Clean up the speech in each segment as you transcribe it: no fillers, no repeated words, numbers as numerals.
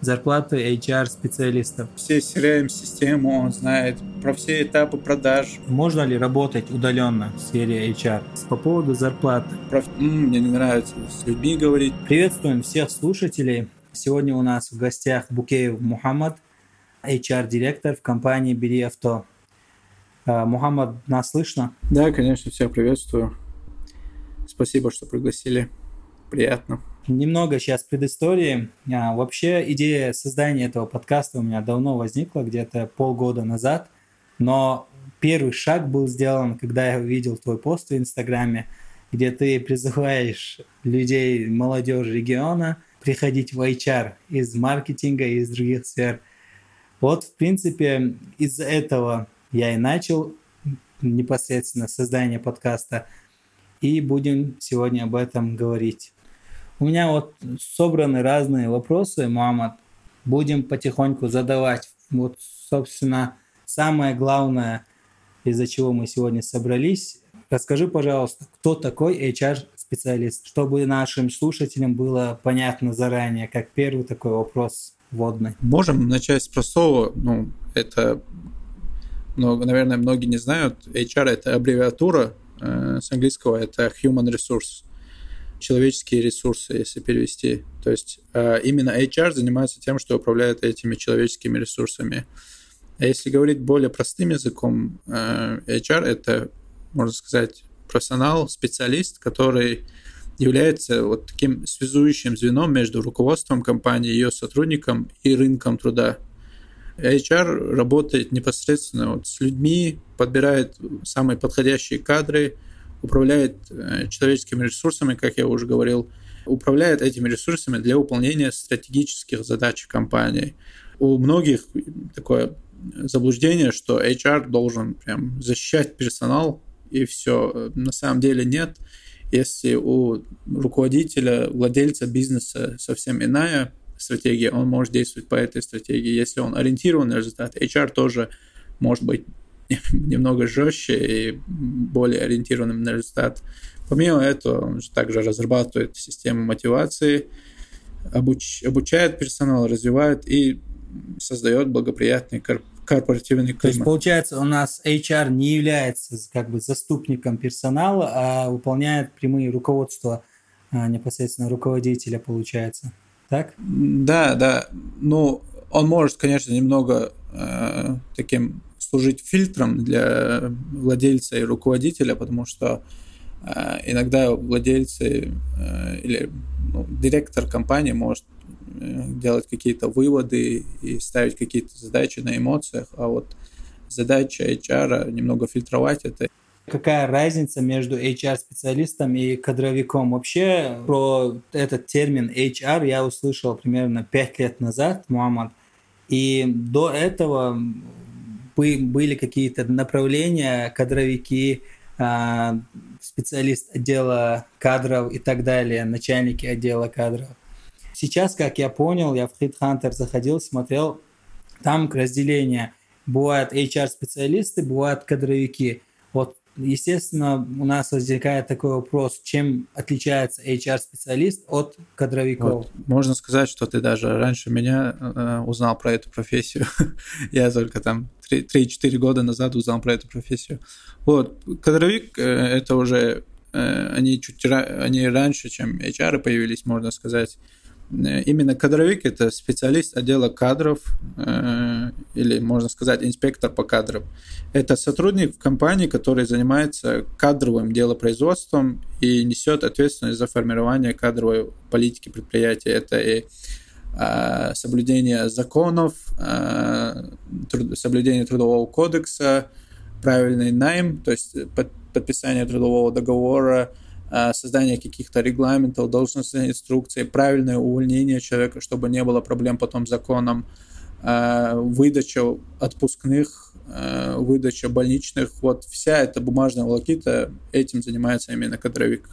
зарплаты HR-специалистов. Все CRM-систему, он знает про все этапы продаж. Можно ли работать удаленно в сфере HR? По поводу зарплаты. Мне не нравится с людьми говорить. Приветствуем всех слушателей. Сегодня у нас в гостях Букеев Мухаммад, HR-директор в компании «Бери авто». Мухаммад, нас слышно? Да, конечно, всех приветствую. Спасибо, что пригласили. Приятно. Немного сейчас предыстории. Вообще идея создания этого подкаста у меня давно возникла, где-то полгода назад. Но первый шаг был сделан, когда я увидел твой пост в Инстаграме, где ты призываешь людей, молодежь региона приходить в HR из маркетинга и из других сфер. Вот, в принципе, из-за этого я и начал непосредственно создание подкаста. И будем сегодня об этом говорить. У меня вот собраны разные вопросы, Мухаммад. Будем потихоньку задавать. Вот, собственно, самое главное, из-за чего мы сегодня собрались. Расскажи, пожалуйста, кто такой HR-специалист, чтобы нашим слушателям было понятно заранее, как первый такой вопрос вводный. Можем начать с простого. Это, наверное, многие не знают. HR – это аббревиатура. С английского это Human Resource. Человеческие ресурсы, если перевести. То есть именно HR занимается тем, что управляет этими человеческими ресурсами. А если говорить более простым языком, HR – это, можно сказать, профессионал, специалист, который является вот таким связующим звеном между руководством компании, ее сотрудником и рынком труда. HR работает непосредственно с людьми, подбирает самые подходящие кадры, управляет человеческими ресурсами, как я уже говорил, управляет этими ресурсами для выполнения стратегических задач компании. У многих такое заблуждение, что HR должен прям защищать персонал, и все. На самом деле нет. Если у руководителя, владельца бизнеса совсем иная стратегия, он может действовать по этой стратегии. Если он ориентирован на результат, HR тоже может быть немного жестче и более ориентированным на результат. Помимо этого, он же также разрабатывает систему мотивации, обучает персонал, развивает и создает благоприятный корпоративный климат. То есть, получается, у нас HR не является заступником персонала, а выполняет прямые руководства непосредственно руководителя, получается. Так? Да. Он может, конечно, немного таким служить фильтром для владельца и руководителя, потому что иногда владельцы или директор компании может делать какие-то выводы и ставить какие-то задачи на эмоциях, а вот задача HR немного фильтровать это. Какая разница между HR-специалистом и кадровиком? Вообще про этот термин HR я услышал примерно 5 лет назад, Мухаммад, и до этого были какие-то направления, кадровики, специалист отдела кадров и так далее, начальники отдела кадров. Сейчас, как я понял, я в HeadHunter заходил, смотрел, там разделение. Бывают HR-специалисты, бывают кадровики. Вот, естественно, у нас возникает такой вопрос, чем отличается HR-специалист от кадровиков? Вот. Можно сказать, что ты даже раньше меня узнал про эту профессию. Я только там 3-4 года назад узнал про эту профессию. Вот. Кадровик – это уже они раньше, чем HR появились, можно сказать. Именно кадровик – это специалист отдела кадров или, можно сказать, инспектор по кадрам. Это сотрудник в компании, который занимается кадровым делопроизводством и несет ответственность за формирование кадровой политики предприятия. Это и соблюдение законов, соблюдение трудового кодекса, правильный найм, то есть подписание трудового договора, создание каких-то регламентов, должностных инструкций, правильное увольнение человека, чтобы не было проблем потом с законом, выдача отпускных, выдача больничных. Вот вся эта бумажная волокита, этим занимается именно кадровик.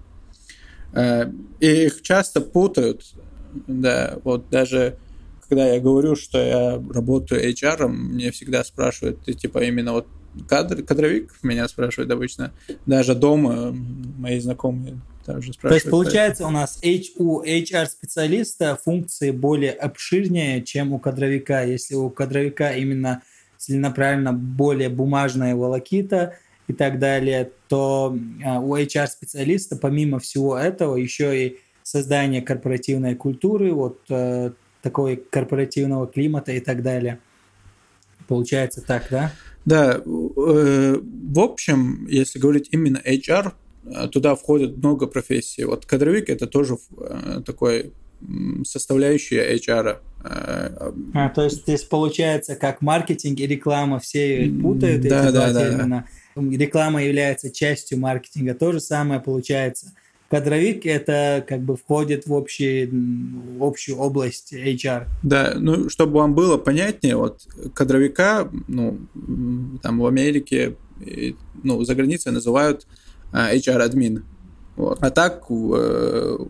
И их часто путают. Да, вот даже когда я говорю, что я работаю HR, мне всегда спрашивают, ты типа именно вот кадровик, меня спрашивают обычно. Даже дома мои знакомые также То есть, спрашивают. получается, у нас у HR-специалиста функции более обширнее, чем у кадровика. Если у кадровика именно целенаправленно более бумажная волокита и так далее, то у HR-специалиста, помимо всего этого, еще и создание корпоративной культуры, вот такой корпоративного климата и так далее. Получается так, да? Да, в общем, если говорить именно HR, туда входит много профессий. Вот кадровик – это тоже такой составляющая HR. То есть здесь получается, как маркетинг и реклама, все путают эти два термина. Реклама является частью маркетинга. То же самое получается. Кадровик – это как бы входит в общую область HR. Да, ну, чтобы вам было понятнее, вот кадровика, ну, там в Америке, ну, за границей называют HR-админ. Вот. А так в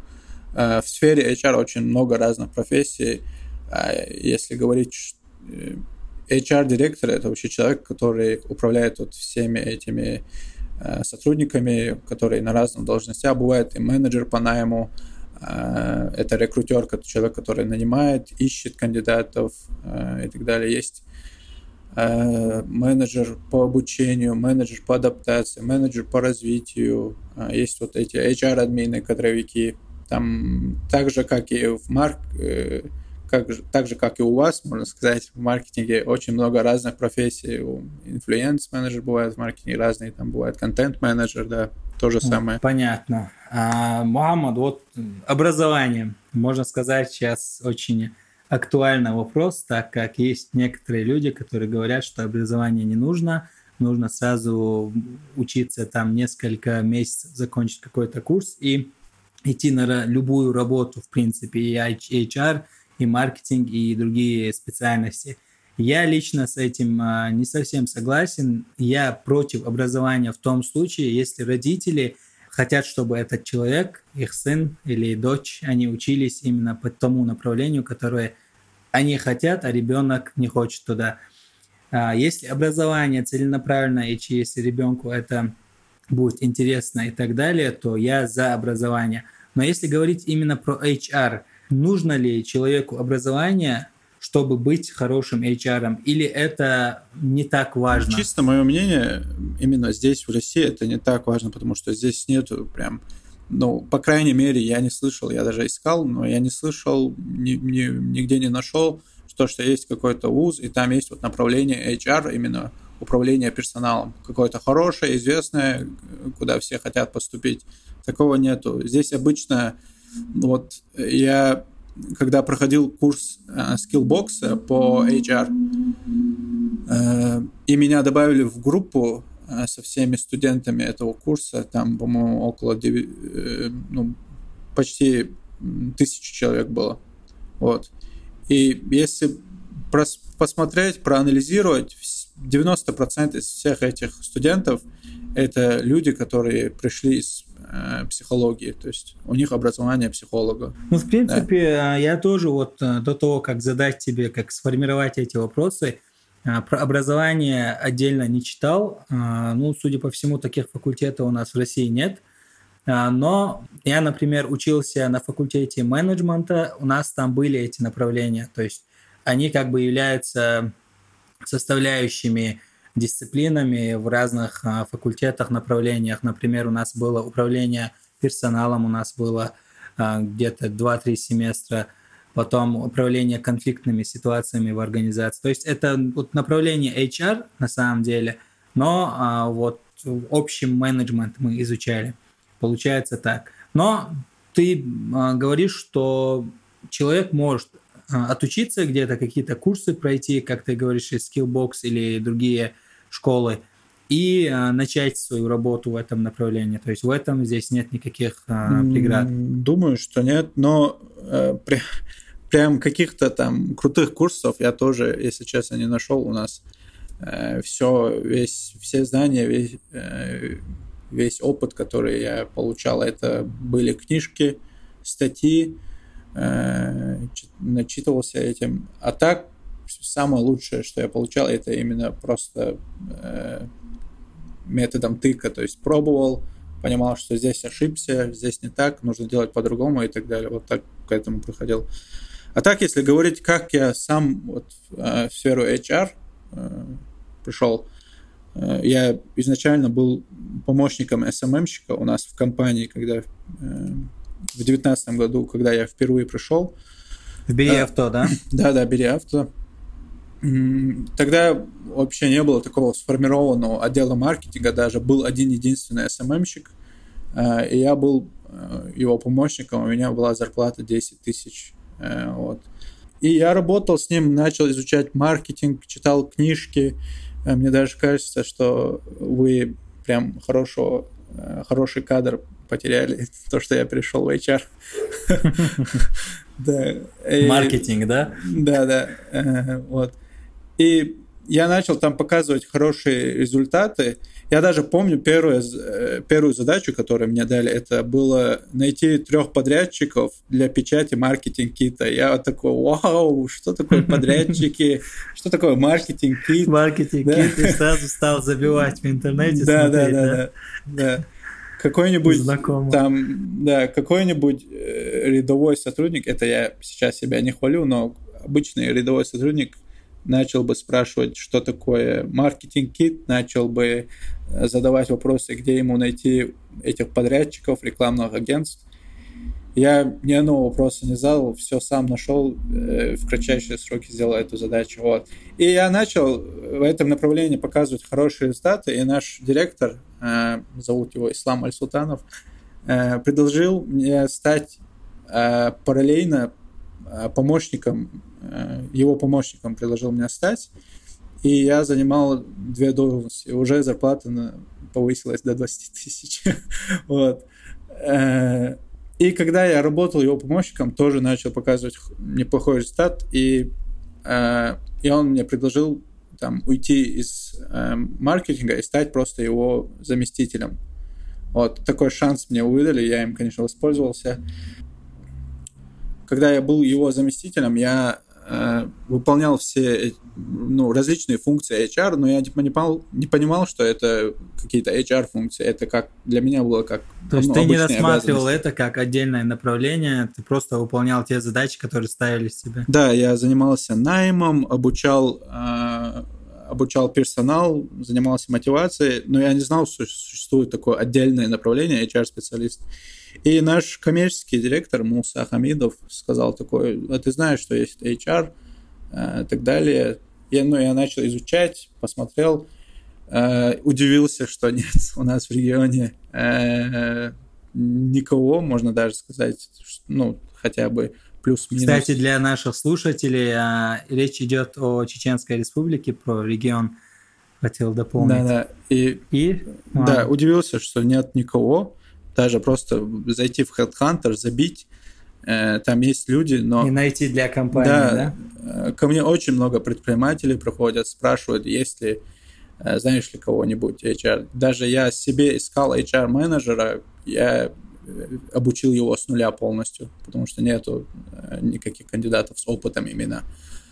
сфере HR очень много разных профессий. Если говорить, HR-директор – это вообще человек, который управляет вот всеми этими сотрудниками, которые на разных должностях. Бывает и менеджер по найму, это рекрутер, человек, который нанимает, ищет кандидатов и так далее. Есть менеджер по обучению, менеджер по адаптации, менеджер по развитию. Есть вот эти HR-админы, кадровики. Там так же, как и так же, как и у вас, можно сказать, в маркетинге очень много разных профессий. Инфлюенс-менеджер бывает в маркетинге разные, там бывает контент-менеджер, да, то же самое. Понятно. Мухаммад, вот образование, можно сказать, сейчас очень актуальный вопрос, так как есть некоторые люди, которые говорят, что образование не нужно, нужно сразу учиться там несколько месяцев, закончить какой-то курс и идти на любую работу, в принципе, и HR, и маркетинг, и другие специальности. Я лично с этим не совсем согласен. Я против образования в том случае, если родители хотят, чтобы этот человек, их сын или дочь, они учились именно по тому направлению, которое они хотят, а ребенок не хочет туда. Если образование целенаправленно, и если ребенку это будет интересно и так далее, то я за образование. Но если говорить именно про HR, нужно ли человеку образование, чтобы быть хорошим HR, или это не так важно? Чисто мое мнение, именно здесь, в России, это не так важно, потому что здесь нету прям, ну, по крайней мере, я не слышал, я даже искал, но я не слышал, нигде не нашел, что есть какой-то вуз, и там есть вот направление HR, именно управление персоналом, какое-то хорошее, известное, куда все хотят поступить. Такого нету. Здесь обычно, вот я, когда проходил курс Skillbox по HR, и меня добавили в группу со всеми студентами этого курса, там, по-моему, около почти 1000 человек было. Вот. И если посмотреть, проанализировать, 90% из всех этих студентов – это люди, которые пришли из психологии, то есть у них образование психолога. Ну, в принципе, да. Я тоже вот до того, как задать тебе, как сформировать эти вопросы, про образование отдельно не читал. Ну, судя по всему, таких факультетов у нас в России нет. Но я, например, учился на факультете менеджмента, у нас там были эти направления, то есть они как бы являются составляющими дисциплинами в разных факультетах, направлениях. Например, у нас было управление персоналом, у нас было где-то 2-3 семестра, потом управление конфликтными ситуациями в организации. То есть это вот направление HR на самом деле, но вот общий менеджмент мы изучали. Получается так. Но ты говоришь, что человек может отучиться где-то, какие-то курсы пройти, как ты говоришь, из Skillbox или другие школы, и начать свою работу в этом направлении. То есть в этом здесь нет никаких преград. Думаю, что нет, но прям каких-то там крутых курсов я тоже, если честно, не нашел. У нас все знания, весь опыт, который я получал, это были книжки, статьи, начитывался этим. А так, самое лучшее, что я получал, это именно просто методом тыка, то есть пробовал, понимал, что здесь ошибся, здесь не так, нужно делать по-другому и так далее. Вот так к этому приходил. А так, если говорить, как я сам вот, в сферу HR пришел, я изначально был помощником SMM-щика у нас в компании, когда в 2019 году, когда я впервые пришел. В Бери Авто, да? Да, Бери Авто. Тогда вообще не было такого сформированного отдела маркетинга, даже был один-единственный SMM-щик, и я был его помощником, у меня была зарплата 10 тысяч. Вот. И я работал с ним, начал изучать маркетинг, читал книжки. Мне даже кажется, что вы прям хороший кадр потеряли, то, что я пришел в HR. Маркетинг, да? Да. Вот. И я начал там показывать хорошие результаты. Я даже помню первую задачу, которую мне дали, это было найти 3 подрядчиков для печати маркетинг-кита. Я вот такой, вау, что такое подрядчики, что такое маркетинг-кит? Маркетинг-кит, и сразу стал забивать в интернете. Да. Какой-нибудь рядовой сотрудник, это я сейчас себя не хвалю, но обычный рядовой сотрудник начал бы спрашивать, что такое маркетинг-кит, начал бы задавать вопросы, где ему найти этих подрядчиков, рекламных агентств. Я ни одного вопроса не задал, все сам нашел, в кратчайшие сроки сделал эту задачу. Вот. И я начал в этом направлении показывать хорошие результаты, и наш директор, зовут его Ислам Аль-Султанов, предложил мне стать параллельно помощником, его помощником предложил меня стать, и я занимал 2 должности. Уже зарплата повысилась до 20 тысяч. Вот. И когда я работал его помощником, тоже начал показывать неплохой результат, и он мне предложил там уйти из маркетинга и стать просто его заместителем. Вот такой шанс мне выдали, я им, конечно, воспользовался. Когда я был его заместителем, я выполнял все различные функции HR, но я не понимал, что это какие-то HR-функции. Это как для меня было как То есть ты не рассматривал это как отдельное направление, ты просто выполнял те задачи, которые ставились тебе? Да, я занимался наймом, обучал персонал, занимался мотивацией, но я не знал, что существует такое отдельное направление HR-специалист. И наш коммерческий директор Муса Хамидов сказал такое: а ты знаешь, что есть HR, и так далее. Я начал изучать, посмотрел, удивился, что нет у нас в регионе никого, можно даже сказать, хотя бы плюс-минус. Кстати, для наших слушателей речь идет о Чеченской Республике, про регион, хотел дополнить. Да, удивился, что нет никого. Даже просто зайти в Headhunter, забить, там есть люди, но... И найти для компании, да? Ко мне очень много предпринимателей приходят, спрашивают, есть ли, знаешь ли кого-нибудь HR. Даже я себе искал HR-менеджера, я обучил его с нуля полностью, потому что нету никаких кандидатов с опытом именно.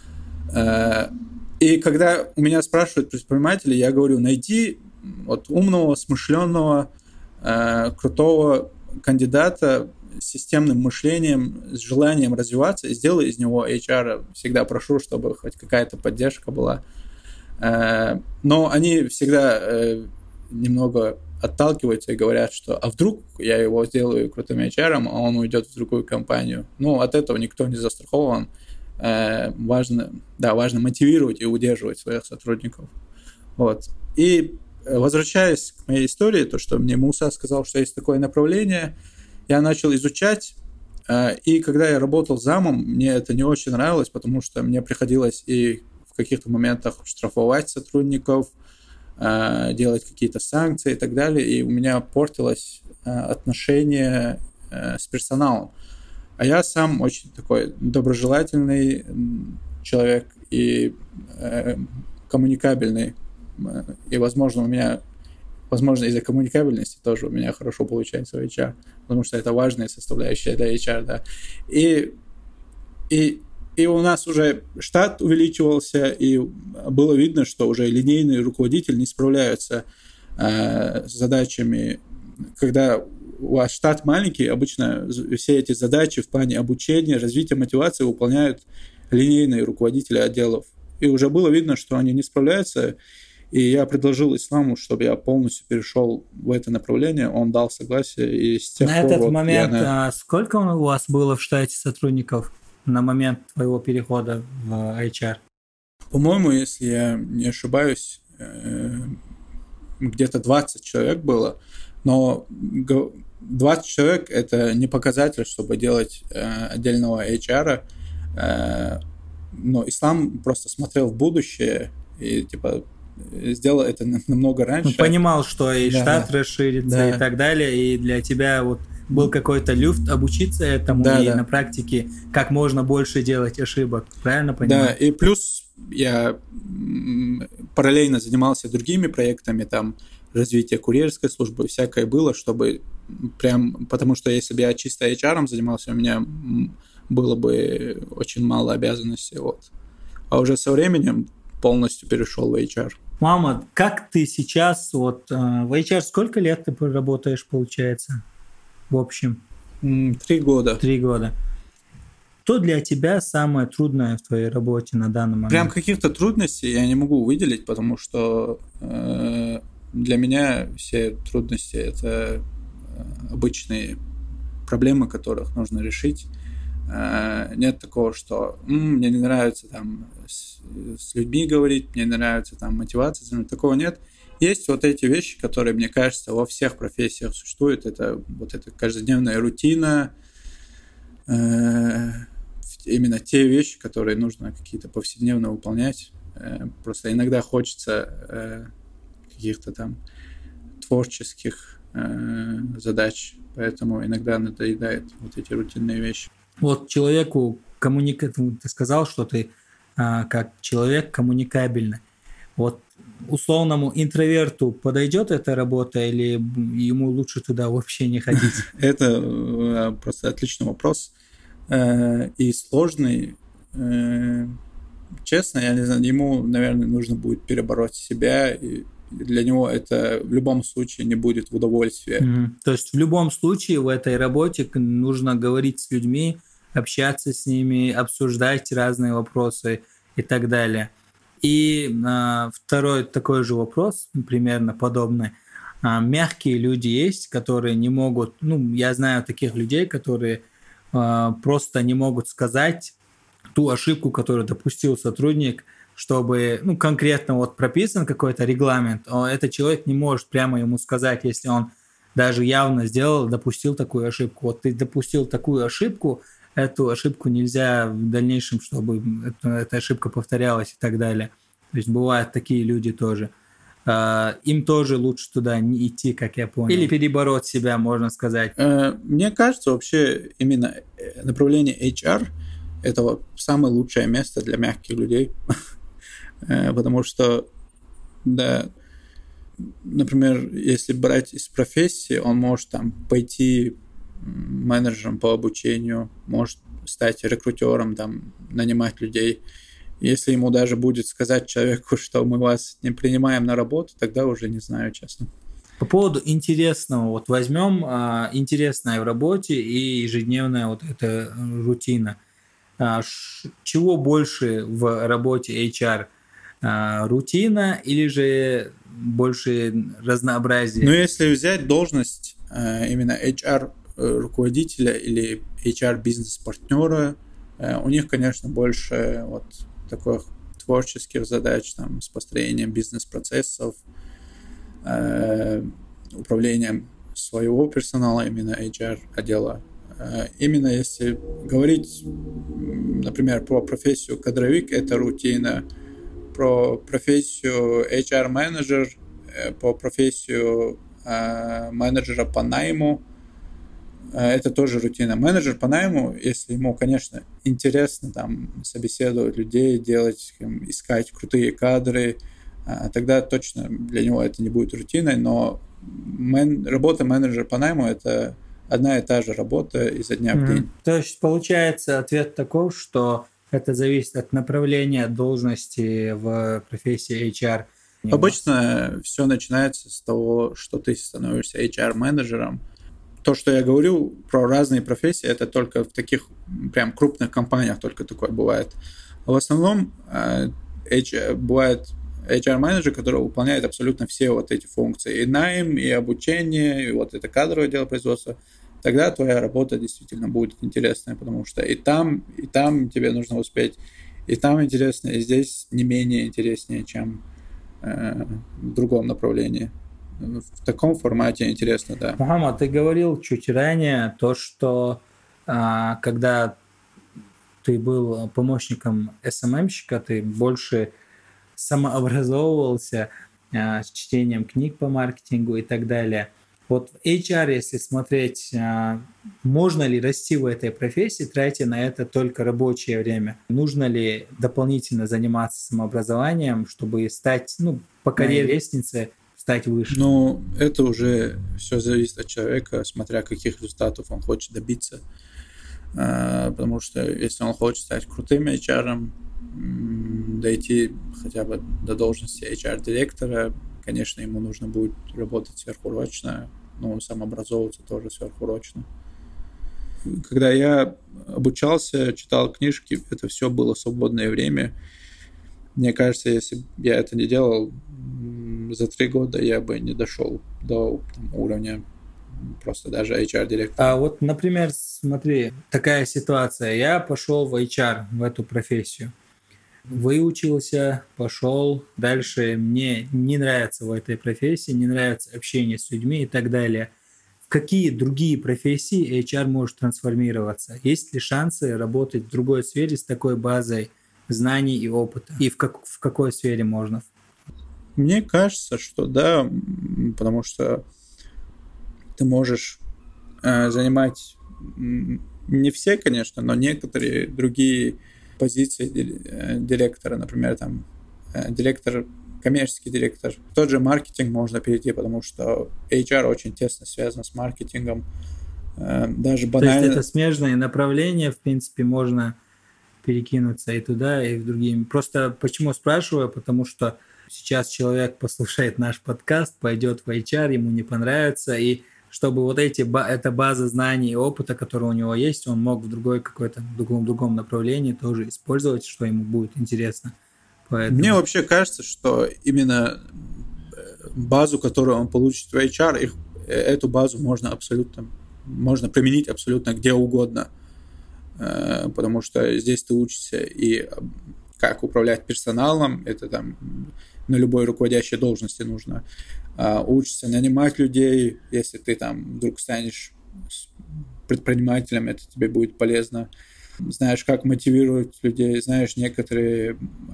И когда у меня спрашивают предприниматели, я говорю, найди умного, смышленного, крутого кандидата с системным мышлением, с желанием развиваться, и сделай из него HR. Всегда прошу, чтобы хоть какая-то поддержка была. Но они всегда немного отталкиваются и говорят, что а вдруг я его сделаю крутым HR, а он уйдет в другую компанию. От этого никто не застрахован. Важно мотивировать и удерживать своих сотрудников. Вот. И возвращаясь к моей истории, то, что мне Муса сказал, что есть такое направление, я начал изучать, и когда я работал замом, мне это не очень нравилось, потому что мне приходилось и в каких-то моментах штрафовать сотрудников, делать какие-то санкции и так далее, и у меня портилось отношение с персоналом. А я сам очень такой доброжелательный человек и коммуникабельный. И, возможно, из-за коммуникабельности тоже у меня хорошо получается в HR, потому что это важная составляющая для HR, да. И у нас уже штат увеличивался, и было видно, что уже линейный руководитель не справляется с задачами когда у вас штат маленький, обычно все эти задачи в плане обучения, развития мотивации выполняют линейные руководители отделов. И уже было видно, что они не справляются, и я предложил Исламу, чтобы я полностью перешел в это направление, он дал согласие, и с тех На пор... этот момент сколько у вас было в штате сотрудников на момент твоего перехода в HR? По-моему, если я не ошибаюсь, где-то 20 человек было, но 20 человек – это не показатель, чтобы делать отдельного HR, но Ислам просто смотрел в будущее и типа сделал это намного раньше. Понимал, что и штат расширится и так далее, и для тебя вот был какой-то люфт обучиться этому на практике как можно больше делать ошибок, правильно понимаю? Да, и плюс я параллельно занимался другими проектами, там развитие курьерской службы, всякое было, чтобы прям, потому что если бы я чисто HR занимался, у меня было бы очень мало обязанностей, вот. А уже со временем полностью перешел в HR. Мама, как ты сейчас, вот в HR сколько лет ты проработаешь, получается, в общем? 3 года. 3 года. Что для тебя самое трудное в твоей работе на данный момент? Прям каких-то трудностей я не могу выделить, потому что для меня все трудности – это обычные проблемы, которых нужно решить. Нет такого, что мне не нравится там с людьми говорить, мне не нравится там мотивация, такого нет. Есть вот эти вещи, которые, мне кажется, во всех профессиях существуют. Это вот эта каждодневная рутина, именно те вещи, которые нужно какие-то повседневно выполнять. Просто иногда хочется каких-то там творческих задач, поэтому иногда надоедает вот эти рутинные вещи. Вот человеку ты сказал, что ты как человек коммуникабельный. Вот условному интроверту подойдет эта работа или ему лучше туда вообще не ходить? Это просто отличный вопрос и сложный. Честно, я не знаю, ему, наверное, нужно будет перебороть себя, и для него это в любом случае не будет в удовольствие. То есть в любом случае в этой работе нужно говорить с людьми, общаться с ними, обсуждать разные вопросы и так далее. И второй такой же вопрос, примерно подобный. Мягкие люди есть, которые не могут... я знаю таких людей, которые просто не могут сказать ту ошибку, которую допустил сотрудник, чтобы, конкретно вот прописан какой-то регламент, этот человек не может прямо ему сказать, если он даже явно допустил такую ошибку. Вот ты допустил такую ошибку, эту ошибку нельзя в дальнейшем, чтобы эта ошибка повторялась и так далее. То есть бывают такие люди тоже. Им тоже лучше туда не идти, как я понял. Или перебороть себя, можно сказать. Мне кажется, вообще именно направление HR – это вот самое лучшее место для мягких людей. Потому что, да, например, если брать из профессии, он может там пойти менеджером по обучению, может стать рекрутером, там, нанимать людей. Если ему даже будет сказать человеку, что мы вас не принимаем на работу, тогда уже не знаю, честно. По поводу интересного, вот возьмем интересное в работе и ежедневная вот эта рутина. Чего больше в работе HR? Рутина или же больше разнообразия? Если взять должность именно HR руководителя или HR бизнес-партнера, у них, конечно, больше вот таких творческих задач, там, с построением бизнес-процессов, управлением своего персонала, именно HR-отдела. Именно если говорить, например, про профессию кадровик, это рутина, про профессию HR-менеджер, по профессию менеджера по найму, это тоже рутина. Менеджер по найму, если ему, конечно, интересно там собеседовать людей, делать, искать крутые кадры, тогда точно для него это не будет рутиной, но работа менеджера по найму – это одна и та же работа изо дня в день. То есть получается ответ таков, что это зависит от направления должности в профессии HR. Обычно все начинается с того, что ты становишься HR-менеджером. То, что я говорю про разные профессии, это только в таких прям крупных компаниях только такое бывает. В основном бывает HR-менеджер, который выполняет абсолютно все вот эти функции. И найм, и обучение, и вот это кадровое дело производства. Тогда твоя работа действительно будет интересная, потому что и там тебе нужно успеть, и там интересно, и здесь не менее интереснее, чем в другом направлении. В таком формате интересно, да. Мухаммад, ты говорил чуть ранее то, что когда ты был помощником СММщика, ты больше самообразовывался с чтением книг по маркетингу и так далее. Вот в HR, если смотреть, можно ли расти в этой профессии, тратя на это только рабочее время? Нужно ли дополнительно заниматься самообразованием, чтобы стать, по карьерной лестнице стать выше? Ну, это уже все зависит от человека, смотря каких результатов он хочет добиться. Потому что если он хочет стать крутым HR, дойти хотя бы до должности HR-директора, конечно, ему нужно будет работать сверхурочно, но самообразовываться тоже сверхурочно. Когда я обучался, читал книжки, это все было свободное время. Мне кажется, если бы я это не делал, за 3 года я бы не дошел до уровня просто даже HR-директора. А вот, например, смотри, такая ситуация. Я пошел в HR, в эту профессию. Выучился, пошел. Дальше мне не нравится в этой профессии, не нравится общение с людьми и так далее. В какие другие профессии HR может трансформироваться? Есть ли шансы работать в другой сфере с такой базой знаний и опыта? И в какой сфере можно? Мне кажется, что да, потому что ты можешь занимать не все, конечно, но некоторые другие позиции директора, например, там директор, коммерческий директор. Тот же маркетинг можно перейти, потому что HR очень тесно связан с маркетингом. Даже банально... То есть это смежные направления, в принципе, можно перекинуться и туда, и в другие. Просто почему спрашиваю? Потому что сейчас человек послушает наш подкаст, пойдет в HR, ему не понравится, и чтобы вот эта база знаний и опыта, который у него есть, он мог в другом направлении тоже использовать, что ему будет интересно. Поэтому... Мне вообще кажется, что именно базу, которую он получит в HR, эту базу можно применить абсолютно где угодно, потому что здесь ты учишься и как управлять персоналом, это там на любой руководящей должности нужно. Учишься нанимать людей, если ты там вдруг станешь предпринимателем, это тебе будет полезно. Знаешь, как мотивировать людей, знаешь некоторые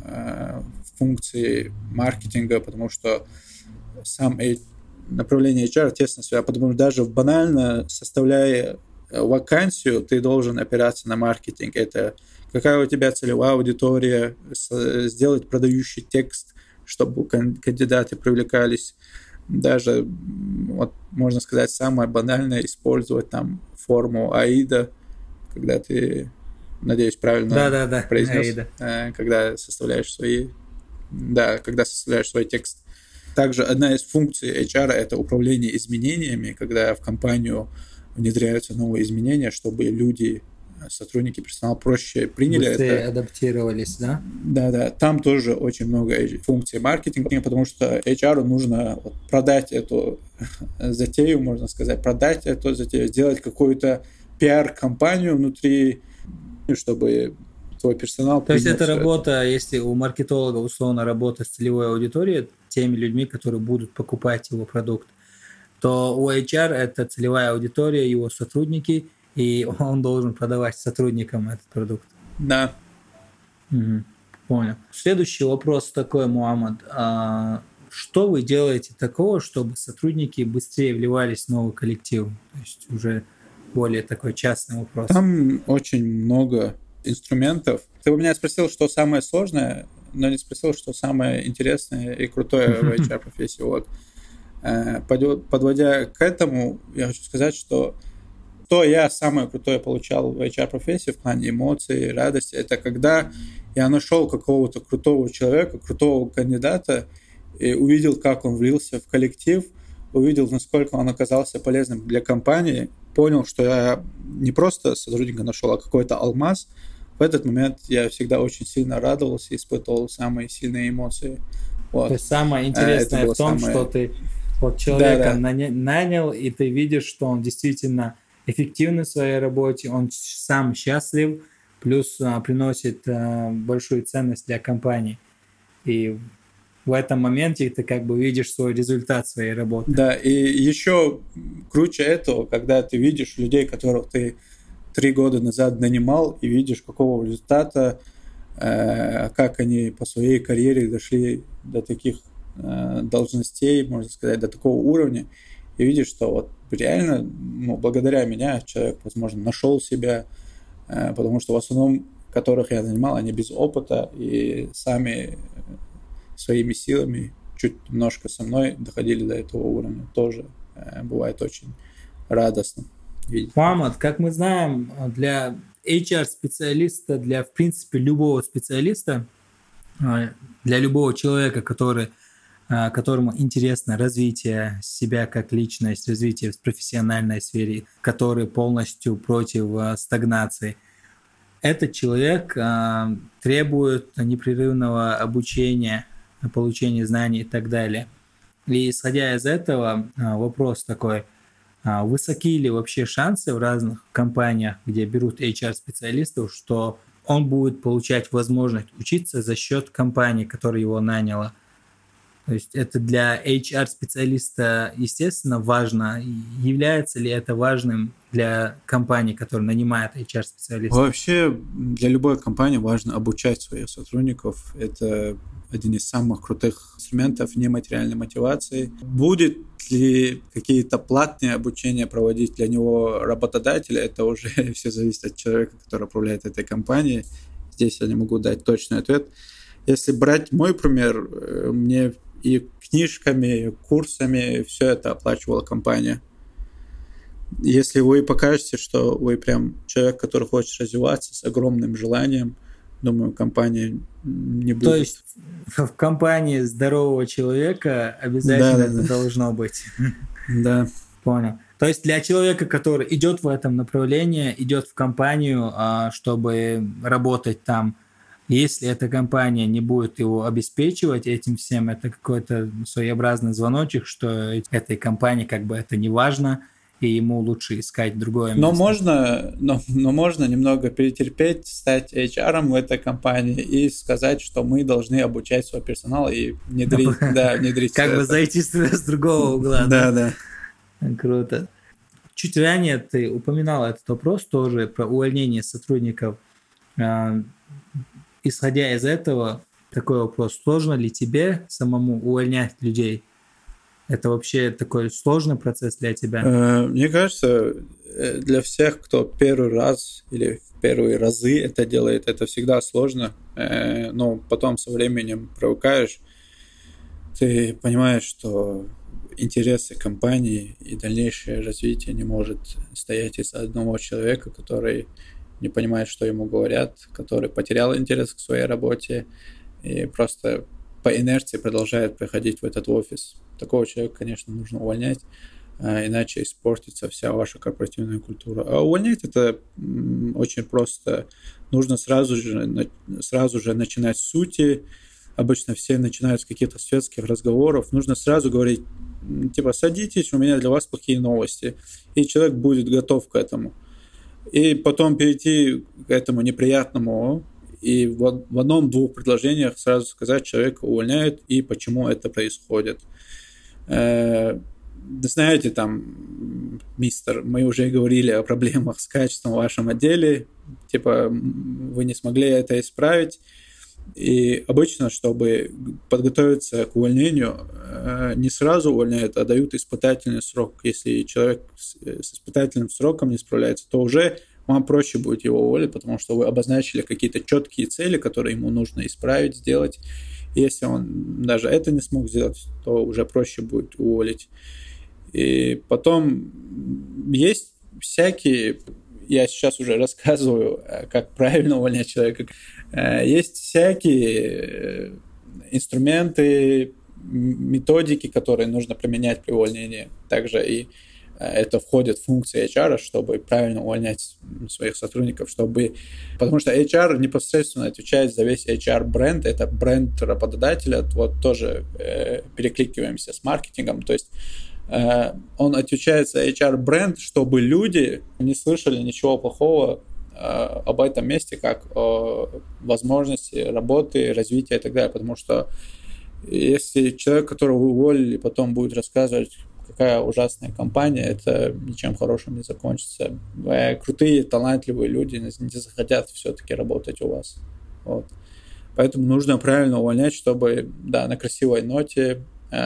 функции маркетинга, потому что сам направление HR тесно связано, потому что даже банально составляя вакансию, ты должен опираться на маркетинг. Это какая у тебя целевая аудитория, сделать продающий текст, чтобы кандидаты привлекались. Даже, вот, можно сказать, самое банальное, использовать там форму AIDA, когда ты, надеюсь, правильно произнес, когда составляешь свой текст. Также одна из функций HR – это управление изменениями, когда в компанию внедряются новые изменения, чтобы люди, сотрудники, персонал проще приняли быстрее это. Адаптировались, да? Да. Там тоже очень много функций маркетинга, потому что HR нужно продать эту затею, можно сказать, сделать какую-то пиар-компанию внутри, чтобы твой персонал... То есть это работа, если у маркетолога условно работа с целевой аудиторией, теми людьми, которые будут покупать его продукт, то у HR это целевая аудитория, его сотрудники, и он должен продавать сотрудникам этот продукт. Да. Понял. Следующий вопрос такой, Мухаммад. Что вы делаете такого, чтобы сотрудники быстрее вливались в новый коллектив? То есть уже более такой частный вопрос. Там очень много инструментов. Ты у меня спросил, что самое сложное, но не спросил, что самое интересное и крутое в HR-профессии. Вот. Подводя к этому, я хочу сказать, что я самое крутое получал в HR-профессии в плане эмоций, радости, это когда я нашел какого-то крутого человека, крутого кандидата, и увидел, как он влился в коллектив, увидел, насколько он оказался полезным для компании, понял, что я не просто сотрудника нашел, а какой-то алмаз. В этот момент я всегда очень сильно радовался, испытывал самые сильные эмоции. Вот. То есть самое интересное в том, что ты вот человека нанял, и ты видишь, что он действительно эффективный в своей работе, он сам счастлив, плюс приносит большую ценность для компании. И в этом моменте ты как бы видишь свой результат своей работы. Да, и еще круче этого, когда ты видишь людей, которых ты 3 года назад нанимал, и видишь, какого результата, как они по своей карьере дошли до таких должностей, можно сказать, до такого уровня, и видишь, что вот реально, благодаря меня человек, возможно, нашел себя, потому что в основном, которых я нанимал, они без опыта и сами своими силами, чуть немножко со мной доходили до этого уровня. Тоже бывает очень радостно видеть. Мухаммад, как мы знаем, для HR-специалиста, для, в принципе, любого специалиста, для любого человека, которому интересно развитие себя как личность, развитие в профессиональной сфере, который полностью против стагнации, этот человек требует непрерывного обучения, получения знаний и так далее. И исходя из этого, вопрос такой: высоки ли вообще шансы в разных компаниях, где берут HR-специалистов, что он будет получать возможность учиться за счет компании, которая его наняла? То есть это для HR-специалиста, естественно, важно. Является ли это важным для компании, которая нанимает HR-специалистов? Вообще для любой компании важно обучать своих сотрудников. Это один из самых крутых инструментов нематериальной мотивации. Будет ли какие-то платные обучения проводить для него работодатель, это уже все зависит от человека, который управляет этой компанией. Здесь я не могу дать точный ответ. Если брать мой пример, мне и книжками, и курсами все это оплачивала компания. Если вы покажете, что вы прям человек, который хочет развиваться с огромным желанием, думаю, компания не будет. То есть в компании здорового человека обязательно это должно быть. Да. Понял. То есть для человека, который идет в этом направлении, идет в компанию, чтобы работать там, если эта компания не будет его обеспечивать этим всем, это какой-то своеобразный звоночек, что этой компании как бы это не важно, и ему лучше искать другое место. Но можно немного перетерпеть, стать HR в этой компании и сказать, что мы должны обучать свой персонал и внедрить. Как бы зайти с другого угла. Да. Круто. Чуть ранее ты упоминал этот вопрос тоже про увольнение сотрудников. Исходя из этого, такой вопрос: сложно ли тебе самому увольнять людей? Это вообще такой сложный процесс для тебя? Мне кажется, для всех, кто первый раз или в первые разы это делает, это всегда сложно. Но потом со временем привыкаешь, ты понимаешь, что интересы компании и дальнейшее развитие не может стоять из одного человека, который не понимает, что ему говорят, который потерял интерес к своей работе и просто по инерции продолжает приходить в этот офис. Такого человека, конечно, нужно увольнять, иначе испортится вся ваша корпоративная культура. А увольнять это очень просто. Нужно сразу же начинать с сути. Обычно все начинают с каких-то светских разговоров. Нужно сразу говорить, типа, садитесь, у меня для вас плохие новости. И человек будет готов к этому. И потом перейти к этому неприятному и в одном-двух предложениях сразу сказать, человека увольняют и почему это происходит. Знаете, там, мистер, мы уже говорили о проблемах с качеством в вашем отделе, типа, вы не смогли это исправить. И обычно, чтобы подготовиться к увольнению, не сразу увольняют, а дают испытательный срок. Если человек с испытательным сроком не справляется, то уже вам проще будет его уволить, потому что вы обозначили какие-то четкие цели, которые ему нужно исправить, сделать. И если он даже это не смог сделать, то уже проще будет уволить. И потом есть всякие... Я сейчас уже рассказываю, как правильно увольнять человека. Есть всякие инструменты, методики, которые нужно применять при увольнении. Также и это входит в функции HR, чтобы правильно увольнять своих сотрудников, потому что HR непосредственно отвечает за весь HR-бренд, это бренд работодателя, вот тоже перекликиваемся с маркетингом, то есть он отвечает за HR-бренд, чтобы люди не слышали ничего плохого об этом месте, как о возможности работы, развития и так далее, потому что если человек, которого вы уволили, потом будет рассказывать, какая ужасная компания, это ничем хорошим не закончится. Крутые, талантливые люди не захотят все-таки работать у вас. Вот. Поэтому нужно правильно увольнять, чтобы, да, на красивой ноте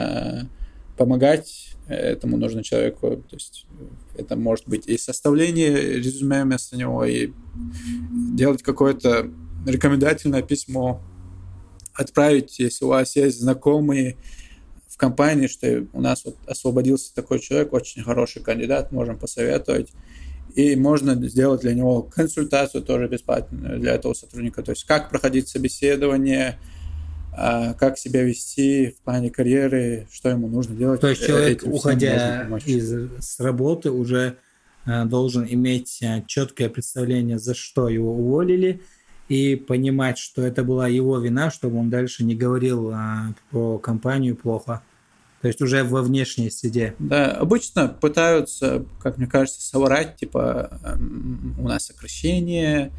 помогать этому нужно человеку. То есть это может быть и составление резюме вместо него, и делать какое-то рекомендательное письмо, отправить, если у вас есть знакомые в компании, что у нас вот освободился такой человек, очень хороший кандидат, можем посоветовать. И можно сделать для него консультацию тоже бесплатную для этого сотрудника. То есть как проходить собеседование, как себя вести в плане карьеры, что ему нужно делать. То есть человек, уходя с работы, уже должен иметь четкое представление, за что его уволили, и понимать, что это была его вина, чтобы он дальше не говорил про компанию плохо. То есть уже во внешней среде. Да, обычно пытаются, как мне кажется, соврать, типа, у нас сокращение,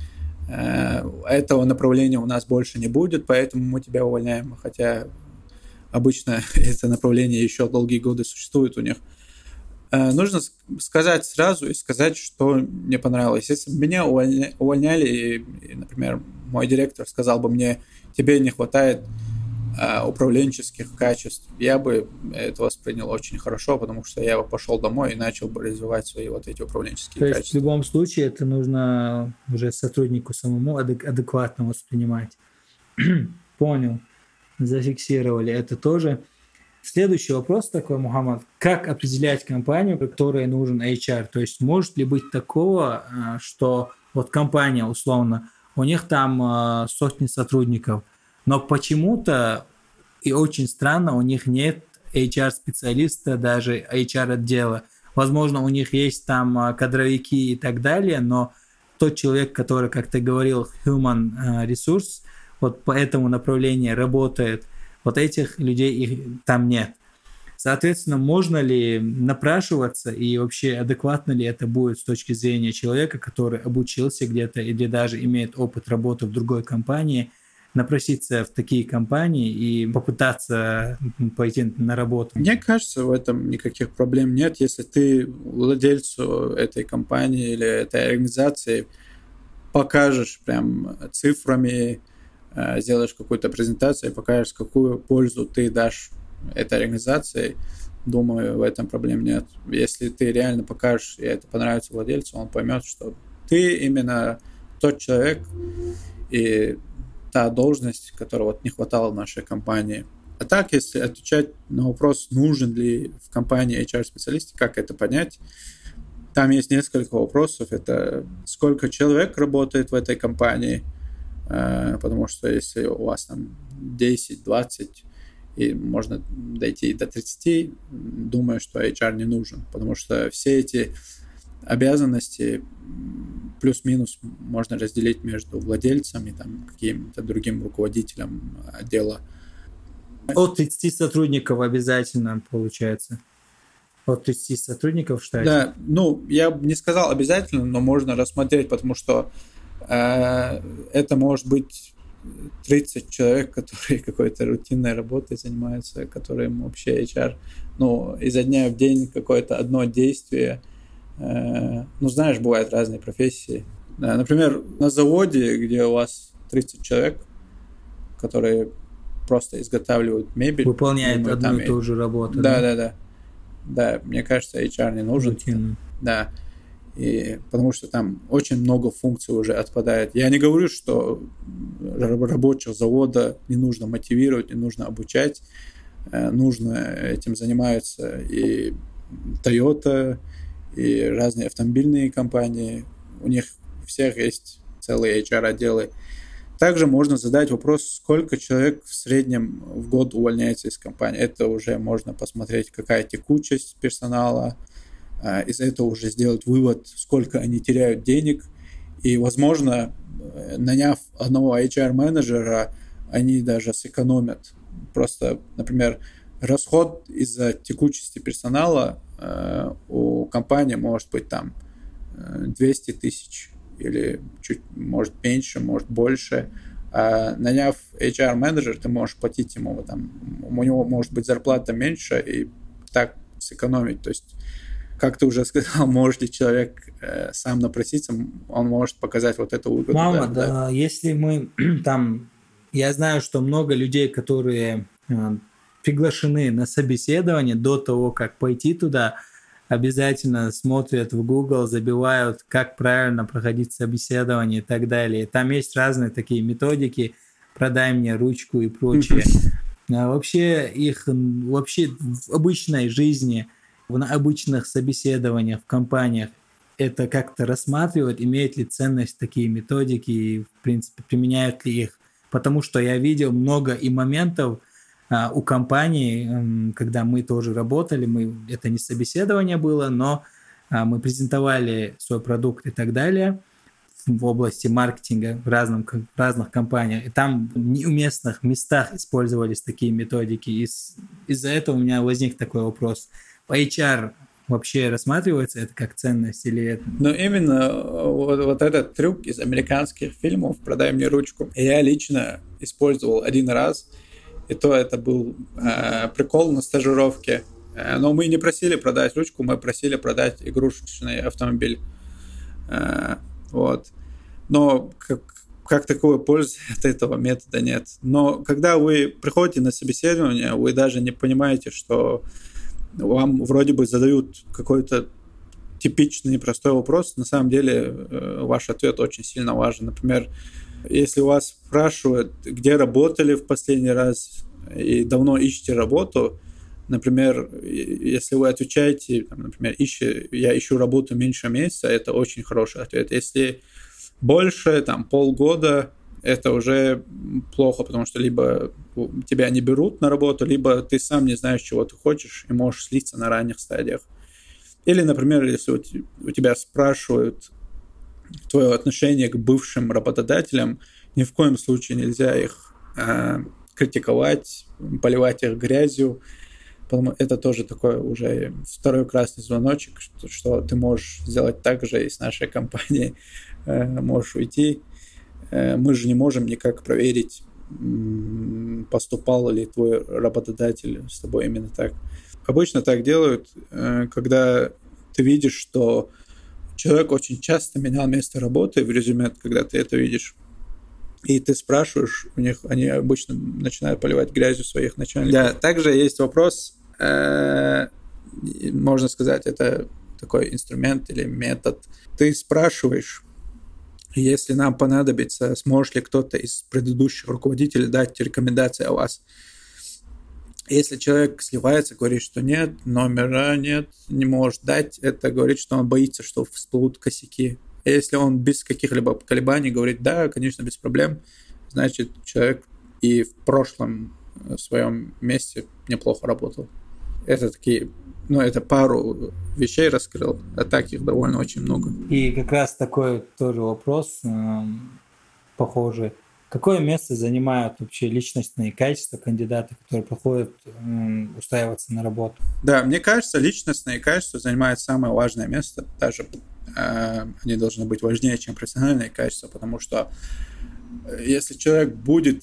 этого направления у нас больше не будет, поэтому мы тебя увольняем. Хотя обычно это направление еще долгие годы существует у них. Нужно сказать сразу и сказать, что мне понравилось. Если бы меня увольняли, и, например, мой директор сказал бы мне, тебе не хватает управленческих качеств, я бы это воспринял очень хорошо, потому что я бы пошел домой и начал бы развивать свои вот эти управленческие качества. То есть в любом случае это нужно уже сотруднику самому адекватно воспринимать. Понял. Зафиксировали это тоже. Следующий вопрос такой, Мухаммад. Как определять компанию, которой нужен HR? То есть может ли быть такого, что вот компания, условно, у них там сотни сотрудников, но почему-то, и очень странно, у них нет HR-специалиста, даже HR-отдела. Возможно, у них есть там кадровики и так далее, но тот человек, который, как ты говорил, human resource, вот по этому направлению работает, вот этих людей их там нет. Соответственно, можно ли напрашиваться и вообще адекватно ли это будет с точки зрения человека, который обучился где-то или даже имеет опыт работы в другой компании, напроситься в такие компании и попытаться пойти на работу? Мне кажется, в этом никаких проблем нет. Если ты владельцу этой компании или этой организации покажешь прям цифрами, сделаешь какую-то презентацию и покажешь, какую пользу ты дашь этой организации, думаю, в этом проблем нет. Если ты реально покажешь, и это понравится владельцу, он поймет, что ты именно тот человек и та должность, которой вот не хватало в нашей компании. А так, если отвечать на вопрос, нужен ли в компании HR-специалист, как это понять, там есть несколько вопросов. Это сколько человек работает в этой компании, потому что если у вас там 10-20, и можно дойти до 30, думаю, что HR не нужен, потому что все эти обязанности плюс-минус можно разделить между владельцем и там, каким-то другим руководителем отдела. От 30 сотрудников обязательно, получается. От 30 сотрудников в штате? Да, ну, я бы не сказал обязательно, но можно рассмотреть, потому что это может быть 30 человек, которые какой-то рутинной работой занимаются, которым вообще HR, ну, изо дня в день какое-то одно действие. Ну, знаешь, бывают разные профессии. Например, на заводе, где у вас 30 человек, которые просто изготавливают мебель. Выполняют одну и ту же работу. Да. Да, мне кажется, HR не нужен. Рутинно. Да. И потому что там очень много функций уже отпадает. Я не говорю, что рабочих завода не нужно мотивировать, не нужно обучать. Нужно этим занимаются и Toyota, и разные автомобильные компании. У них у всех есть целые HR-отделы. Также можно задать вопрос, сколько человек в среднем в год увольняется из компании. Это уже можно посмотреть, какая текучесть персонала, из этого уже сделать вывод, сколько они теряют денег. И, возможно, наняв одного HR-менеджера, они даже сэкономят. Просто, например, расход из-за текучести персонала у компании может быть там 200 тысяч или чуть, может, меньше, может, больше. А наняв HR-менеджер, ты можешь платить ему, там, у него может быть зарплата меньше, и так сэкономить. То есть, как ты уже сказал, может ли человек сам напроситься, он может показать вот эту выгоду. Мама, да, если мы там... Я знаю, что много людей, которые приглашены на собеседование до того, как пойти туда, обязательно смотрят в Google, забивают, как правильно проходить собеседование и так далее. Там есть разные такие методики, продай мне ручку и прочее. Вообще в обычной жизни, на обычных собеседованиях в компаниях это как-то рассматривают, имеют ли ценность такие методики и, в принципе, применяют ли их. Потому что я видел много и моментов, у компании, когда мы тоже работали, это не собеседование было, но мы презентовали свой продукт и так далее в области маркетинга в разных компаниях. И там в неуместных местах использовались такие методики. Из-за этого у меня возник такой вопрос. По HR вообще рассматривается это как ценность или это? Но именно вот этот трюк из американских фильмов «Продай мне ручку» я лично использовал один раз. И то это был прикол на стажировке. Но мы не просили продать ручку, мы просили продать игрушечный автомобиль. Вот. Но как таковой пользы от этого метода нет. Но когда вы приходите на собеседование, вы даже не понимаете, что вам вроде бы задают какой-то типичный простой вопрос. На самом деле ваш ответ очень сильно важен. Например, если вас спрашивают, где работали в последний раз и давно ищете работу, например, если вы отвечаете, например, я ищу работу меньше месяца, это очень хороший ответ. Если больше, полгода, это уже плохо, потому что либо тебя не берут на работу, либо ты сам не знаешь, чего ты хочешь, и можешь слиться на ранних стадиях. Или, например, если у тебя спрашивают твое отношение к бывшим работодателям, ни в коем случае нельзя их критиковать, поливать их грязью, потому это тоже такой уже второй красный звоночек, что ты можешь сделать так же и с нашей компанией, можешь уйти. Мы же не можем никак проверить, поступал ли твой работодатель с тобой именно так. Обычно так делают, когда ты видишь, что человек очень часто менял место работы в резюме, когда ты это видишь, и ты спрашиваешь у них, они обычно начинают поливать грязью своих начальников. Да, также есть вопрос, можно сказать, это такой инструмент или метод. Ты спрашиваешь, если нам понадобится, сможет ли кто-то из предыдущих руководителей дать рекомендации о вас. Если человек сливается, говорит, что нет, номера нет, не может дать, это говорит, что он боится, что всплывут косяки. Если он без каких-либо колебаний говорит, да, конечно, без проблем, значит, человек и в прошлом своем месте неплохо работал. Это такие, это пару вещей раскрыл, а так их довольно очень много. И как раз такой тоже вопрос похожий. Какое место занимают вообще личностные качества кандидата, которые приходят устраиваться на работу? Да, мне кажется, личностные качества занимают самое важное место. Даже они должны быть важнее, чем профессиональные качества, потому что если человек будет...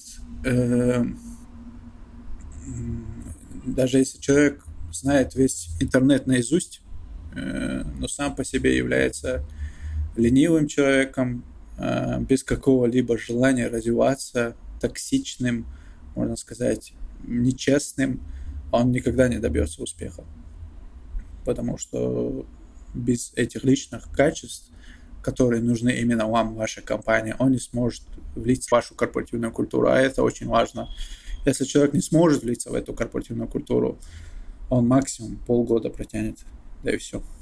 даже если человек знает весь интернет наизусть, но сам по себе является ленивым человеком, без какого-либо желания развиваться, токсичным, можно сказать, нечестным, он никогда не добьется успеха. Потому что без этих личных качеств, которые нужны именно вам, вашей компании, он не сможет влиться в вашу корпоративную культуру, а это очень важно. Если человек не сможет влиться в эту корпоративную культуру, он максимум полгода протянет, да и все.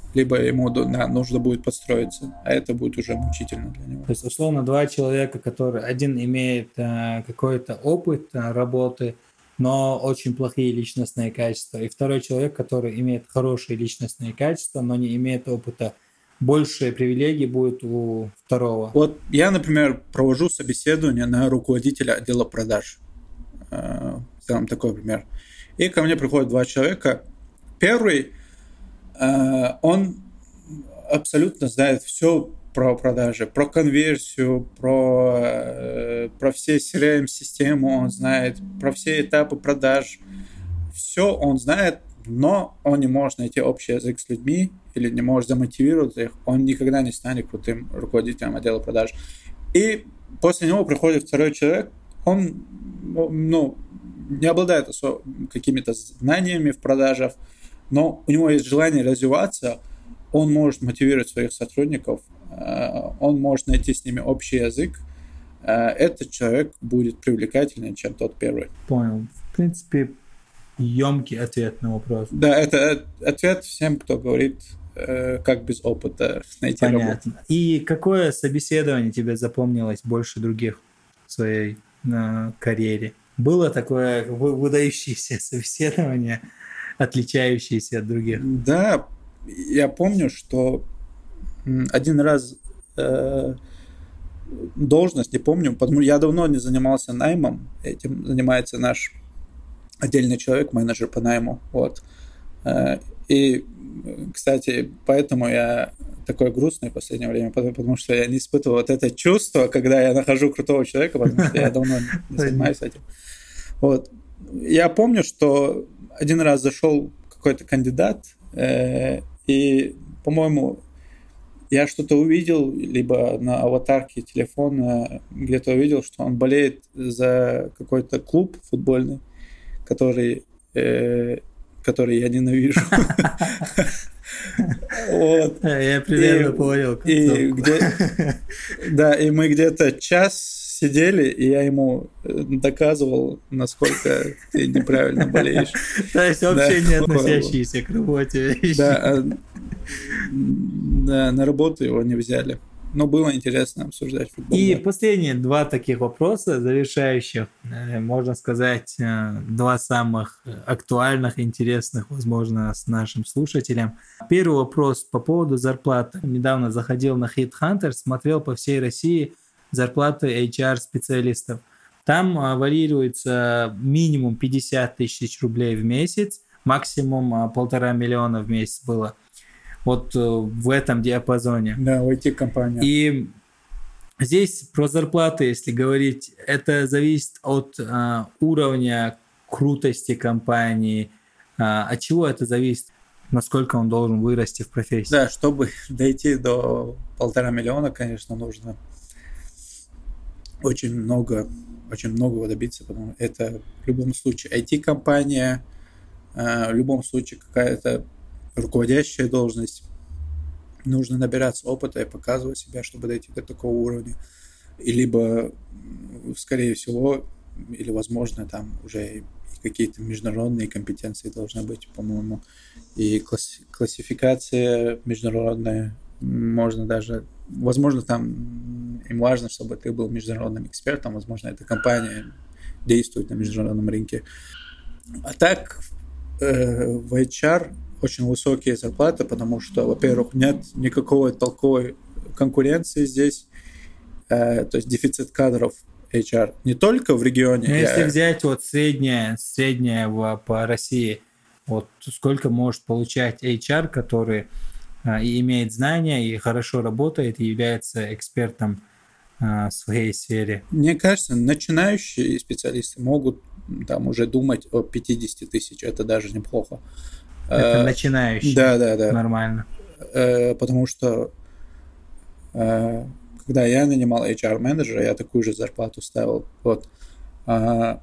либо ему нужно будет подстроиться, а это будет уже мучительно для него. То есть, условно, два человека, которые один имеет какой-то опыт работы, но очень плохие личностные качества, и второй человек, который имеет хорошие личностные качества, но не имеет опыта, больше привилегий будет у второго. Вот я, например, провожу собеседование на руководителя отдела продаж. Сделаем такой пример. И ко мне приходят два человека. Первый, он абсолютно знает все про продажи, про конверсию, про все CRM-систему он знает, про все этапы продаж. Все он знает, но он не может найти общий язык с людьми или не может замотивировать их. Он никогда не станет крутым руководителем отдела продаж. И после него приходит второй человек, он не обладает какими-то знаниями в продажах, но у него есть желание развиваться, он может мотивировать своих сотрудников, он может найти с ними общий язык. Этот человек будет привлекательнее, чем тот первый. Понял. В принципе, ёмкий ответ на вопрос. Да, это ответ всем, кто говорит, как без опыта найти работу. Понятно. И какое собеседование тебе запомнилось больше других в своей карьере? Было такое выдающееся собеседование, отличающееся от других? Да, я помню, что один раз должность, не помню, потому что я давно не занимался наймом, этим занимается наш отдельный человек, менеджер по найму, вот. И, кстати, поэтому я такой грустный в последнее время, потому что я не испытываю вот это чувство, когда я нахожу крутого человека, потому что я давно не занимаюсь этим. Вот. Я помню, что один раз зашел какой-то кандидат, и, по-моему, я что-то увидел, либо на аватарке телефона где-то увидел, что он болеет за какой-то клуб футбольный, который я ненавижу. Я примерно понял. Да, и мы где-то час сидели, и я ему доказывал, насколько ты неправильно болеешь. То есть вообще не относящиеся к работе вещи. Да, на работу его не взяли. Но было интересно обсуждать футбол. И последние два таких вопроса, завершающих, можно сказать, два самых актуальных, интересных, возможно, с нашим слушателям. Первый вопрос по поводу зарплаты. Недавно заходил на HeadHunter, смотрел по всей России зарплаты HR-специалистов. Там варьируется минимум 50 тысяч рублей в месяц, максимум 1,5 миллиона в месяц было. Вот в этом диапазоне. Да, в IT-компании. И здесь про зарплаты, если говорить, это зависит от уровня крутости компании. От чего это зависит? Насколько он должен вырасти в профессии? Да, чтобы дойти до 1,5 миллиона, конечно, нужно очень многого добиться, потому что это в любом случае IT-компания, в любом случае какая-то руководящая должность, нужно набираться опыта и показывать себя, чтобы дойти до такого уровня. И либо, скорее всего, или, возможно, там уже и какие-то международные компетенции должны быть, по-моему, и классификация международная, можно даже, возможно, там им важно, чтобы ты был международным экспертом, возможно, эта компания действует на международном рынке. А так, в HR очень высокие зарплаты, потому что, во-первых, нет никакой толковой конкуренции здесь, то есть дефицит кадров HR не только в регионе. Но если взять вот среднее по России, вот сколько может получать HR, который и имеет знания, и хорошо работает, и является экспертом в своей сфере? Мне кажется, начинающие специалисты могут там уже думать о 50 тысяч, это даже неплохо. Это начинающий. Да. Нормально. Потому что когда я нанимал HR-менеджера, я такую же зарплату ставил. Вот. А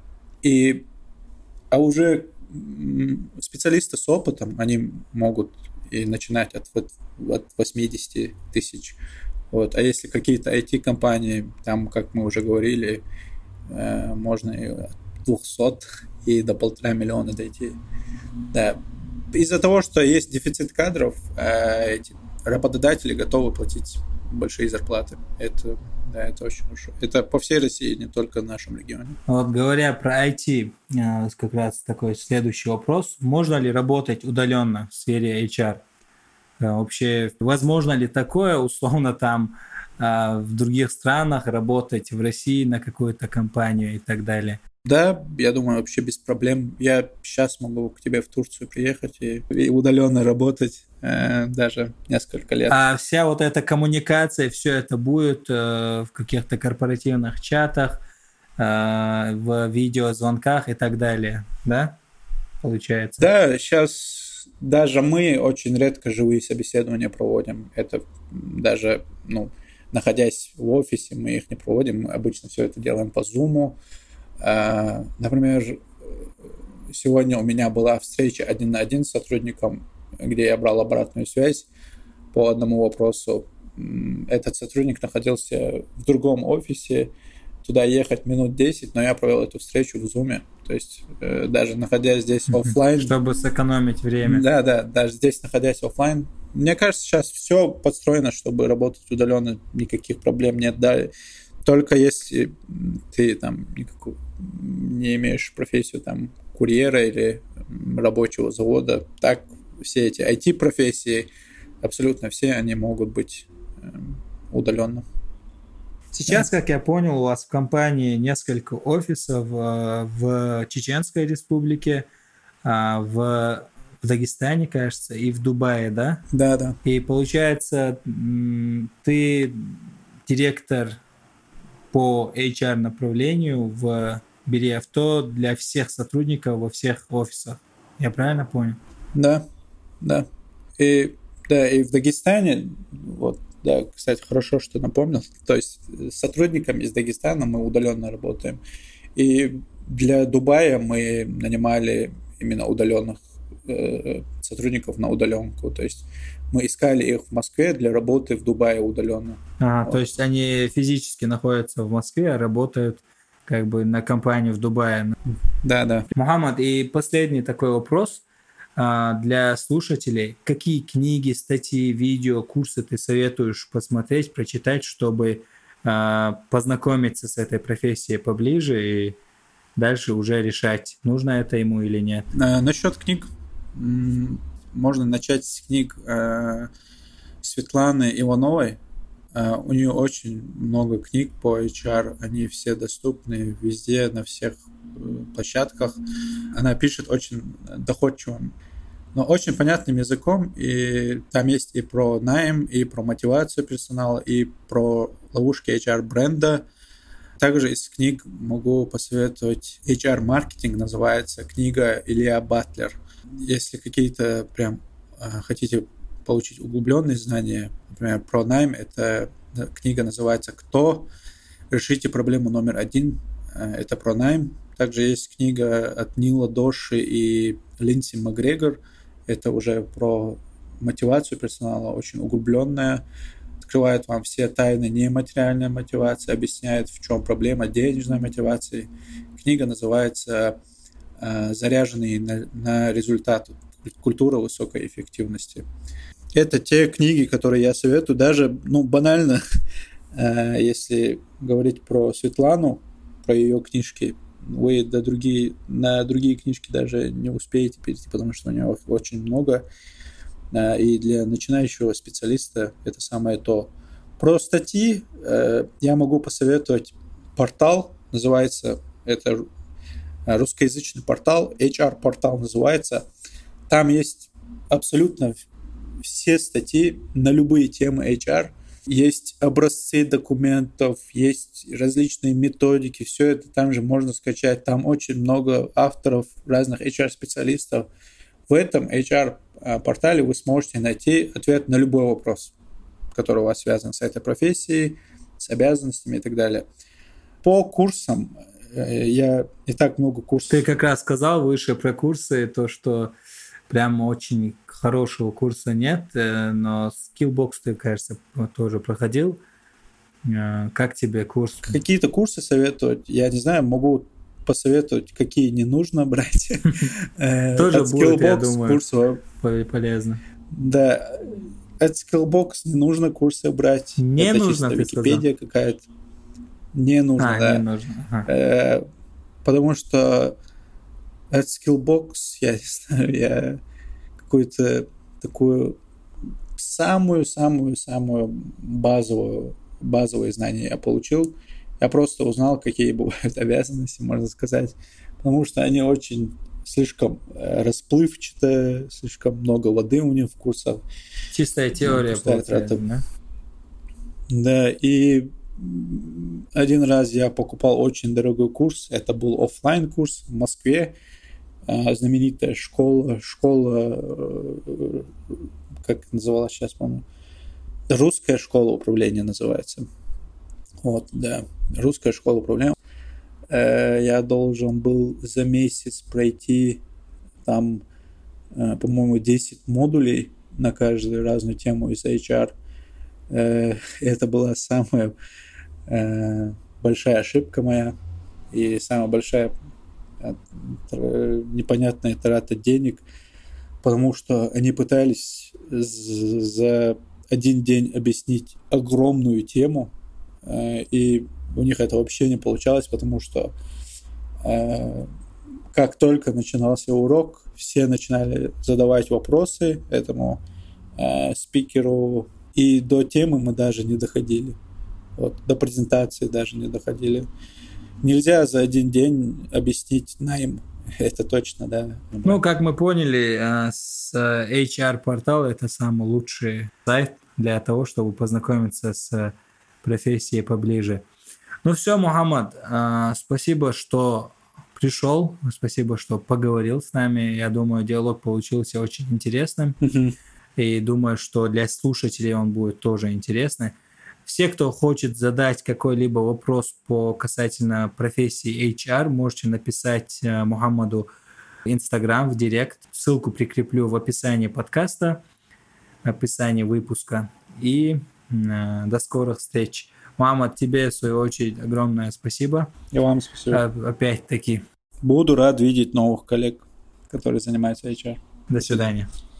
уже специалисты с опытом, они могут и начинать от 80 тысяч. Вот. А если какие-то IT-компании, там, как мы уже говорили, можно и от 200 и до 1,5 миллиона дойти. Да. Из-за того, что есть дефицит кадров, эти работодатели готовы платить большие зарплаты. Это очень хорошо. Это по всей России, не только в нашем регионе. Вот говоря про IT, как раз такой следующий вопрос. Можно ли работать удаленно в сфере HR? Вообще, возможно ли такое, условно, там в других странах работать, в России на какую-то компанию и так далее? Да, я думаю, вообще без проблем. Я сейчас могу к тебе в Турцию приехать и удаленно работать даже несколько лет. А вся вот эта коммуникация, все это будет в каких-то корпоративных чатах, в видеозвонках и так далее, да? Получается? Да, сейчас даже мы очень редко живые собеседования проводим. Это даже, находясь в офисе, мы их не проводим. Мы обычно все это делаем по Zoom. Например, сегодня у меня была встреча 1 на 1 с сотрудником, где я брал обратную связь по одному вопросу. Этот сотрудник находился в другом офисе, туда ехать минут 10, но я провел эту встречу в Zoom. То есть даже находясь здесь офлайн... Чтобы сэкономить время. Да, даже здесь находясь офлайн. Мне кажется, сейчас все подстроено, чтобы работать удаленно, никаких проблем нет. Да. Только если ты там не имеешь профессию там курьера или рабочего завода, так все эти IT-профессии, абсолютно все, они могут быть удаленно. Сейчас, как я понял, у вас в компании несколько офисов в Чеченской Республике, в Дагестане, кажется, и в Дубае, да? Да. И получается, ты директор по HR-направлению в Бери-Авто для всех сотрудников во всех офисах. Я правильно понял? Да. И в Дагестане, кстати, хорошо, что напомнил. То есть с сотрудниками из Дагестана мы удаленно работаем. И для Дубая мы нанимали именно удаленных сотрудников на удаленку. То есть мы искали их в Москве для работы в Дубае удаленно. То есть они физически находятся в Москве, а работают как бы на компанию в Дубае. Да. Мухаммад, и последний такой вопрос для слушателей. Какие книги, статьи, видео, курсы ты советуешь посмотреть, прочитать, чтобы познакомиться с этой профессией поближе и дальше уже решать, нужно это ему или нет? Насчет книг. Можно начать с книг Светланы Ивановой. У нее очень много книг по HR, они все доступны везде, на всех площадках. Она пишет очень доходчивым, но очень понятным языком, и там есть и про найм, и про мотивацию персонала, и про ловушки HR-бренда. Также из книг могу посоветовать HR-маркетинг, называется книга Илья Батлер. Если какие-то прям хотите получить углубленные знания, например, про найм, эта книга называется «Кто? Решите проблему номер 1». Это про найм. Также есть книга от Нила Доши и Линдси Макгрегор. Это уже про мотивацию персонала, очень углубленная. Открывает вам все тайны нематериальной мотивации, объясняет, в чем проблема денежной мотивации. Книга называется «Заряженные на результат. Культура высокой эффективности». Это те книги, которые я советую. Даже, банально, если говорить про Светлану, про ее книжки, вы на другие книжки даже не успеете перейти, потому что у нее очень много. И для начинающего специалиста это самое то. Про статьи я могу посоветовать портал, называется, это русскоязычный портал, HR-портал называется. Там есть абсолютно все статьи на любые темы HR. Есть образцы документов, есть различные методики, все это там же можно скачать. Там очень много авторов, разных HR-специалистов. В этом HR-портале вы сможете найти ответ на любой вопрос, который у вас связан с этой профессией, с обязанностями и так далее. По курсам, я не так много курсов... Ты как раз сказал выше про курсы, то, что прям очень хорошего курса нет, но Skillbox ты, кажется, тоже проходил. Как тебе курс? Какие-то курсы советовать, я не знаю, могу посоветовать, какие не нужно брать. Тоже будет, я думаю, полезно. Да, от Skillbox не нужно курсы брать. Не это нужно, чисто Википедия какая-то. Не нужно, да. Не нужно. Потому что от Skillbox, я не знаю, я какую-то такую самую-самую-самую базовые знания я получил. Я просто узнал, какие бывают обязанности, можно сказать. Потому что они очень слишком расплывчатые, слишком много воды у них в курсах. Чистая теория получается, да? Да, и один раз я покупал очень дорогой курс. Это был офлайн курс в Москве. Знаменитая школа, как называлась сейчас, по-моему, Русская школа управления называется. Вот, да, Русская школа управления. Я должен был за месяц пройти там, по-моему, 10 модулей на каждую разную тему из HR. Это была самая большая ошибка моя и самая большая непонятная трата денег, потому что они пытались за один день объяснить огромную тему, и у них это вообще не получалось, потому что как только начинался урок, все начинали задавать вопросы этому спикеру, и до темы мы даже не доходили. Вот, до презентации даже не доходили. Нельзя за один день объяснить найм. Это точно, да. Ну, как мы поняли, с HR-портал это самый лучший сайт для того, чтобы познакомиться с профессией поближе. Ну все, Мухаммад, спасибо, что пришел, спасибо, что поговорил с нами. Я думаю, диалог получился очень интересным. И думаю, что для слушателей он будет тоже интересный. Все, кто хочет задать какой-либо вопрос по касательно профессии HR, можете написать Мухаммаду в Инстаграм, в Директ. Ссылку прикреплю в описании подкаста, в описании выпуска. И до скорых встреч. Мухаммад, тебе, в свою очередь, огромное спасибо. И вам спасибо. Опять-таки. Буду рад видеть новых коллег, которые занимаются HR. До свидания.